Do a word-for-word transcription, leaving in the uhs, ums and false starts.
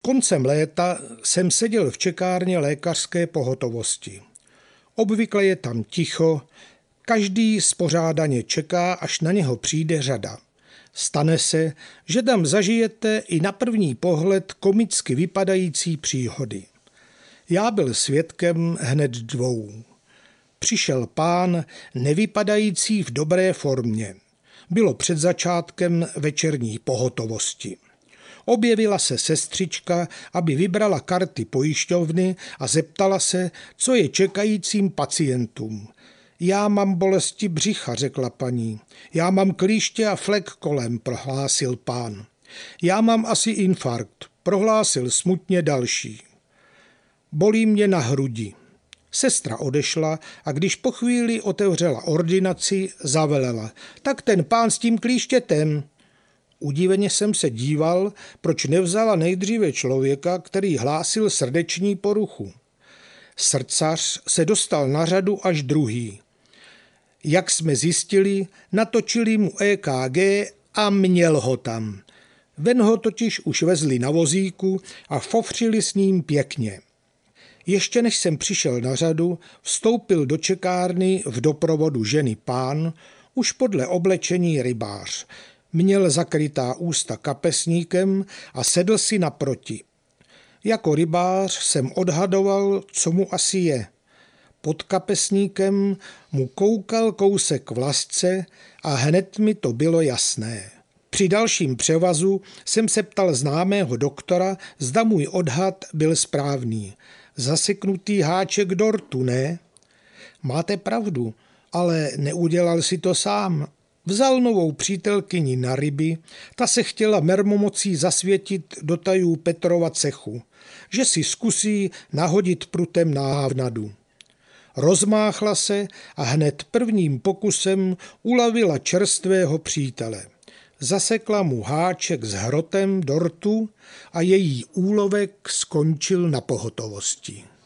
Koncem léta jsem seděl v čekárně lékařské pohotovosti. Obvykle je tam ticho, každý spořádaně čeká, až na něho přijde řada. Stane se, že tam zažijete i na první pohled komicky vypadající příhody. Já byl svědkem hned dvou. Přišel pán, nevypadající v dobré formě. Bylo před začátkem večerní pohotovosti. Objevila se sestřička, aby vybrala karty pojišťovny a zeptala se, co je čekajícím pacientům. Já mám bolesti břicha, řekla paní. Já mám klíště a flek kolem, prohlásil pán. Já mám asi infarkt, prohlásil smutně další. Bolí mě na hrudi. Sestra odešla a když po chvíli otevřela ordinaci, zavelela. Tak ten pán s tím klíštětem. Udiveně jsem se díval, proč nevzala nejdříve člověka, který hlásil srdeční poruchu. Srdcař se dostal na řadu až druhý. Jak jsme zjistili, natočili mu E K G a měl ho tam. Ven ho totiž už vezli na vozíku a fofřili s ním pěkně. Ještě než jsem přišel na řadu, vstoupil do čekárny v doprovodu ženy pán, už podle oblečení rybář. Měl zakrytá ústa kapesníkem a sedl si naproti. Jako rybář jsem odhadoval, co mu asi je. Pod kapesníkem mu koukal kousek vlasce a hned mi to bylo jasné. Při dalším převazu jsem se ptal známého doktora, zda můj odhad byl správný. Zaseknutý háček dortu, ne? Máte pravdu, ale neudělal si to sám. Vzal novou přítelkyni na ryby, ta se chtěla mermomocí zasvětit do tajů Petrova cechu, že si zkusí nahodit prutem na hávnadu. Rozmáchla se a hned prvním pokusem ulavila čerstvého přítele. Zasekla mu háček s hrotem dortu a její úlovek skončil na pohotovosti.